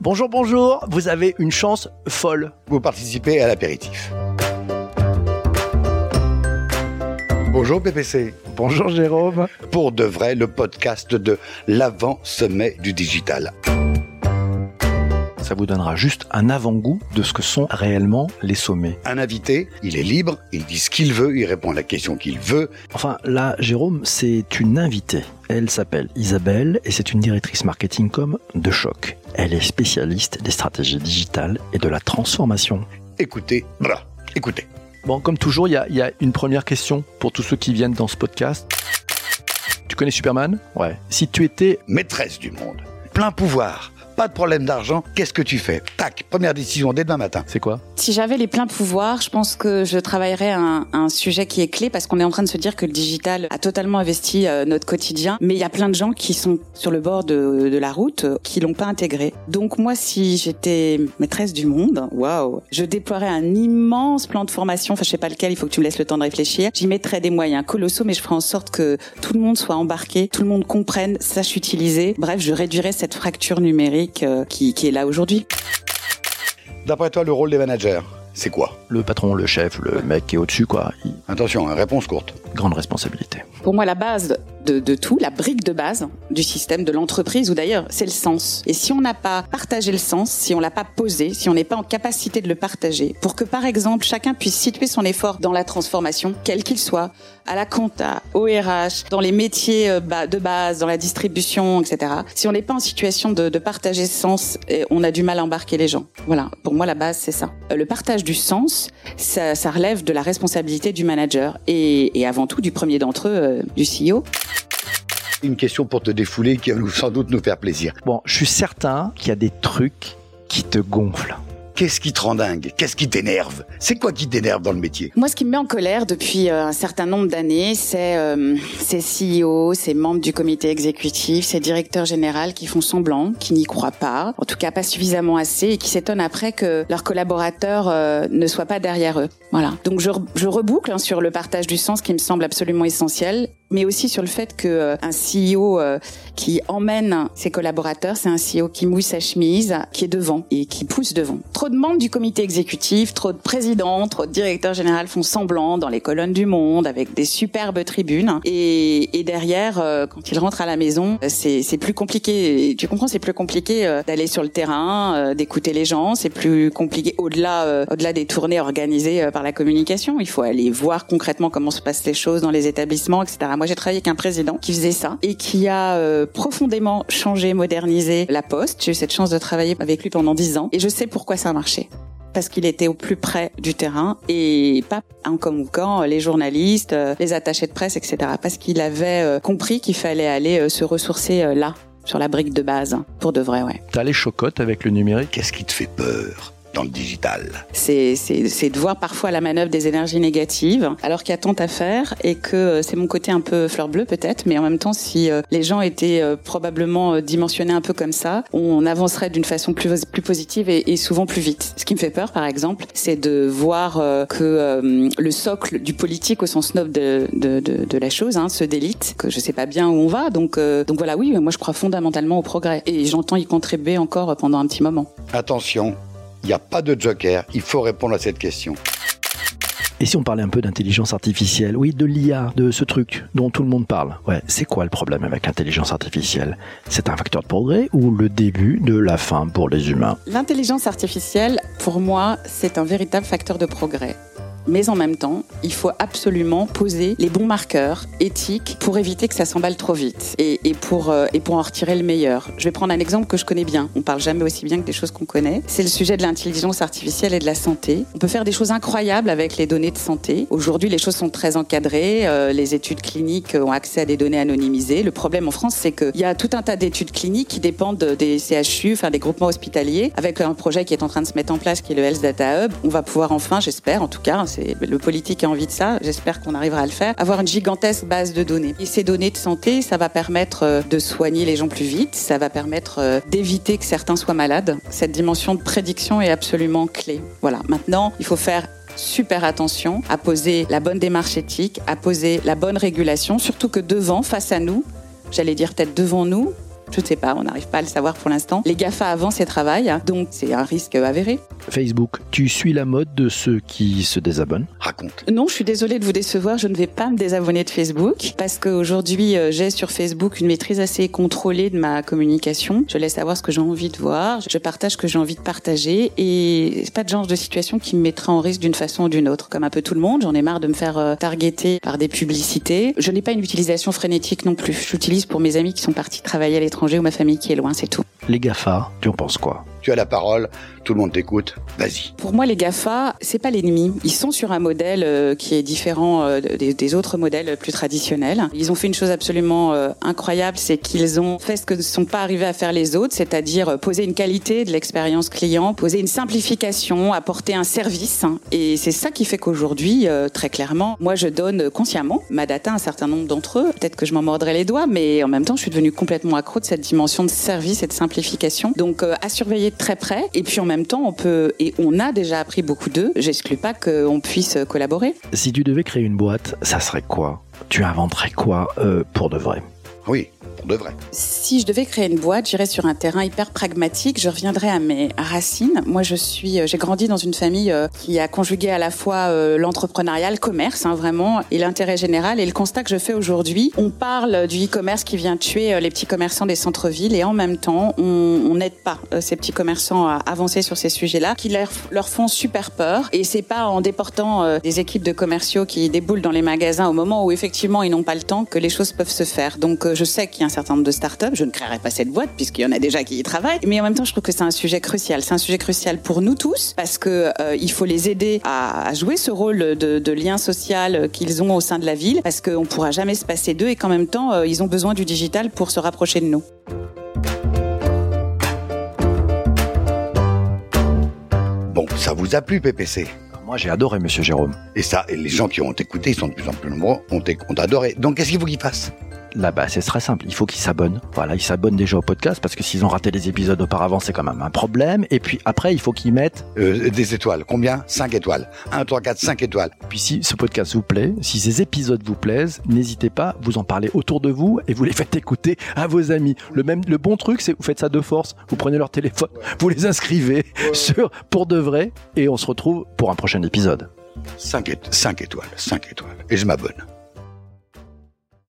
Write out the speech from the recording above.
Bonjour, bonjour, vous avez une chance folle. Vous participez à l'apéritif. Bonjour PPC. Bonjour Jérôme. Pour de vrai, le podcast de l'avant-sommet du digital. Ça vous donnera juste un avant-goût de ce que sont réellement les sommets. Un invité, il est libre, il dit ce qu'il veut, il répond à la question qu'il veut. Enfin, là, Jérôme, c'est une invitée. Elle s'appelle Isabelle et c'est une directrice marketing com de Choc. Elle est spécialiste des stratégies digitales et de la transformation. Écoutez, voilà, écoutez. Bon, comme toujours, il y a une première question pour tous ceux qui viennent dans ce podcast. Tu connais Superman ? Ouais. Si tu étais maîtresse du monde, plein pouvoir, pas de problème d'argent, qu'est-ce que tu fais ? Tac, première décision dès demain matin. C'est quoi ? Si j'avais les pleins pouvoirs, je pense que je travaillerais un sujet qui est clé parce qu'on est en train de se dire que le digital a totalement investi notre quotidien. Mais il y a plein de gens qui sont sur le bord de la route qui l'ont pas intégré. Donc moi, si j'étais maîtresse du monde, waouh, je déploierais un immense plan de formation. Enfin, je sais pas lequel, il faut que tu me laisses le temps de réfléchir. J'y mettrais des moyens colossaux, mais je ferais en sorte que tout le monde soit embarqué, tout le monde comprenne, sache utiliser. Bref, je réduirais cette fracture numérique qui est là aujourd'hui. D'après toi, le rôle des managers, c'est quoi ? Le patron, le chef, le mec qui est au-dessus, quoi. Attention, réponse courte. Grande responsabilité. Pour moi, la base de tout, la brique de base du système de l'entreprise, ou d'ailleurs, c'est le sens. Et si on n'a pas partagé le sens, si on l'a pas posé, si on n'est pas en capacité de le partager, pour que, par exemple, chacun puisse situer son effort dans la transformation, quel qu'il soit, à la compta, au RH, dans les métiers de base, dans la distribution, etc. Si on n'est pas en situation de partager ce sens, on a du mal à embarquer les gens. Voilà. Pour moi, la base, c'est ça. Le partage du sens, ça relève de la responsabilité du manager et avant tout du premier d'entre eux, du CEO. Une question pour te défouler qui va sans doute nous faire plaisir. Bon, je suis certain qu'il y a des trucs qui te gonflent. Qu'est-ce qui te rend dingue ? Qu'est-ce qui t'énerve ? C'est quoi qui t'énerve dans le métier ? Moi, ce qui me met en colère depuis un certain nombre d'années, c'est ces CEO, ces membres du comité exécutif, ces directeurs généraux qui font semblant, qui n'y croient pas, en tout cas pas suffisamment assez, et qui s'étonnent après que leurs collaborateurs ne soient pas derrière eux. Voilà. Donc je reboucle sur le partage du sens qui me semble absolument essentiel, mais aussi sur le fait que un CEO qui emmène ses collaborateurs, c'est un CEO qui mouille sa chemise, qui est devant et qui pousse devant. Trop de membres du comité exécutif, trop de présidents, trop de directeurs généraux font semblant dans les colonnes du Monde avec des superbes tribunes et derrière, quand ils rentrent à la maison, c'est plus compliqué. Tu comprends, c'est plus compliqué d'aller sur le terrain, d'écouter les gens. C'est plus compliqué au-delà des tournées organisées par la communication. Il faut aller voir concrètement comment se passent les choses dans les établissements, etc. Moi, j'ai travaillé avec un président qui faisait ça et qui a profondément changé, modernisé la Poste. J'ai eu cette chance de travailler avec lui pendant 10 ans et je sais pourquoi ça a marché. Parce qu'il était au plus près du terrain et pas comme quand les journalistes, les attachés de presse, etc. Parce qu'il avait compris qu'il fallait aller se ressourcer là, sur la brique de base, pour de vrai, ouais. T'as les chocottes avec le numérique ? Qu'est-ce qui te fait peur dans le digital ? C'est de voir parfois la manœuvre des énergies négatives, alors qu'il y a tant à faire et que c'est mon côté un peu fleur bleue peut-être, mais en même temps, si les gens étaient probablement dimensionnés un peu comme ça, on avancerait d'une façon plus positive et souvent plus vite. Ce qui me fait peur, par exemple, c'est de voir que le socle du politique au sens noble de la chose se délite, que je sais pas bien où on va. Donc voilà, oui, moi je crois fondamentalement au progrès et j'entends y contribuer encore pendant un petit moment. Attention, il n'y a pas de joker, il faut répondre à cette question. Et si on parlait un peu d'intelligence artificielle ? Oui, de l'IA, de ce truc dont tout le monde parle. Ouais, c'est quoi le problème avec l'intelligence artificielle ? C'est un facteur de progrès ou le début de la fin pour les humains ? L'intelligence artificielle, pour moi, c'est un véritable facteur de progrès. Mais en même temps, il faut absolument poser les bons marqueurs éthiques pour éviter que ça s'emballe trop vite et pour en retirer le meilleur. Je vais prendre un exemple que je connais bien. On parle jamais aussi bien que des choses qu'on connaît. C'est le sujet de l'intelligence artificielle et de la santé. On peut faire des choses incroyables avec les données de santé. Aujourd'hui, les choses sont très encadrées. Les études cliniques ont accès à des données anonymisées. Le problème en France, c'est qu'il y a tout un tas d'études cliniques qui dépendent des CHU, enfin des groupements hospitaliers. Avec un projet qui est en train de se mettre en place, qui est le Health Data Hub, on va pouvoir enfin, j'espère en tout cas, c'est le politique a envie de ça, j'espère qu'on arrivera à le faire, avoir une gigantesque base de données. Et ces données de santé, ça va permettre de soigner les gens plus vite, ça va permettre d'éviter que certains soient malades. Cette dimension de prédiction est absolument clé. Voilà, maintenant, il faut faire super attention à poser la bonne démarche éthique, à poser la bonne régulation, surtout que devant, face à nous, j'allais dire peut-être devant nous, Je ne sais pas, on n'arrive pas à le savoir pour l'instant. Les GAFA avancent et travaillent, donc c'est un risque avéré. Facebook, tu suis la mode de ceux qui se désabonnent? Raconte. Non, je suis désolée de vous décevoir, je ne vais pas me désabonner de Facebook parce qu'aujourd'hui, j'ai sur Facebook une maîtrise assez contrôlée de ma communication. Je laisse savoir ce que j'ai envie de voir, je partage ce que j'ai envie de partager et c'est pas de genre de situation qui me mettra en risque d'une façon ou d'une autre. Comme un peu tout le monde, j'en ai marre de me faire targeter par des publicités. Je n'ai pas une utilisation frénétique non plus. J'utilise pour mes amis qui sont partis travailler à l'étranger ou ma famille qui est loin, c'est tout. Les GAFA, tu en penses quoi? Tu as la parole, tout le monde t'écoute, vas-y. Pour moi, les GAFA, c'est pas l'ennemi. Ils sont sur un modèle qui est différent des autres modèles plus traditionnels. Ils ont fait une chose absolument incroyable, c'est qu'ils ont fait ce que ne sont pas arrivés à faire les autres, c'est-à-dire poser une qualité de l'expérience client, poser une simplification, apporter un service. Et c'est ça qui fait qu'aujourd'hui, très clairement, moi je donne consciemment ma data à un certain nombre d'entre eux. Peut-être que je m'en mordrai les doigts, mais en même temps, je suis devenue complètement accro de cette dimension de service et de simplification. Donc à surveiller de très près. Et puis en même temps, on a déjà appris beaucoup d'eux. J'exclus pas qu'on puisse collaborer. Si tu devais créer une boîte, ça serait quoi? Tu inventerais quoi pour de vrai? Oui, pour de vrai. Si je devais créer une boîte, j'irais sur un terrain hyper pragmatique. Je reviendrais à mes racines. Moi, j'ai grandi dans une famille qui a conjugué à la fois l'entrepreneuriat, le commerce, vraiment, et l'intérêt général. Et le constat que je fais aujourd'hui, on parle du e-commerce qui vient tuer les petits commerçants des centres-villes, et en même temps, on n'aide pas ces petits commerçants à avancer sur ces sujets-là, qui leur font super peur. Et c'est pas en déportant des équipes de commerciaux qui déboulent dans les magasins au moment où effectivement ils n'ont pas le temps que les choses peuvent se faire. Donc je sais qu'il y a un certain nombre de startups, je ne créerai pas cette boîte puisqu'il y en a déjà qui y travaillent, mais en même temps je trouve que c'est un sujet crucial. C'est un sujet crucial pour nous tous parce que il faut les aider à jouer ce rôle de lien social qu'ils ont au sein de la ville, parce qu'on ne pourra jamais se passer d'eux et qu'en même temps ils ont besoin du digital pour se rapprocher de nous. Bon, ça vous a plu, PPC? Moi, j'ai adoré, monsieur Jérôme. Et ça, et les gens qui ont écouté, ils sont de plus en plus nombreux, ont adoré. Donc, qu'est-ce qu'il faut qu'ils fassent? Là-bas, c'est très simple. Il faut qu'ils s'abonnent. Voilà, ils s'abonnent déjà au podcast parce que s'ils ont raté les épisodes auparavant, c'est quand même un problème. Et puis après, il faut qu'ils mettent des étoiles. Combien? 5 étoiles. 1, 3, 4, 5 étoiles. Puis si ce podcast vous plaît, si ces épisodes vous plaisent, n'hésitez pas, vous en parlez autour de vous et vous les faites écouter à vos amis. Le bon truc, c'est que vous faites ça de force. Vous prenez leur téléphone, vous les inscrivez sur Pour de vrai et on se retrouve pour un prochain épisode. 5 étoiles. Et je m'abonne.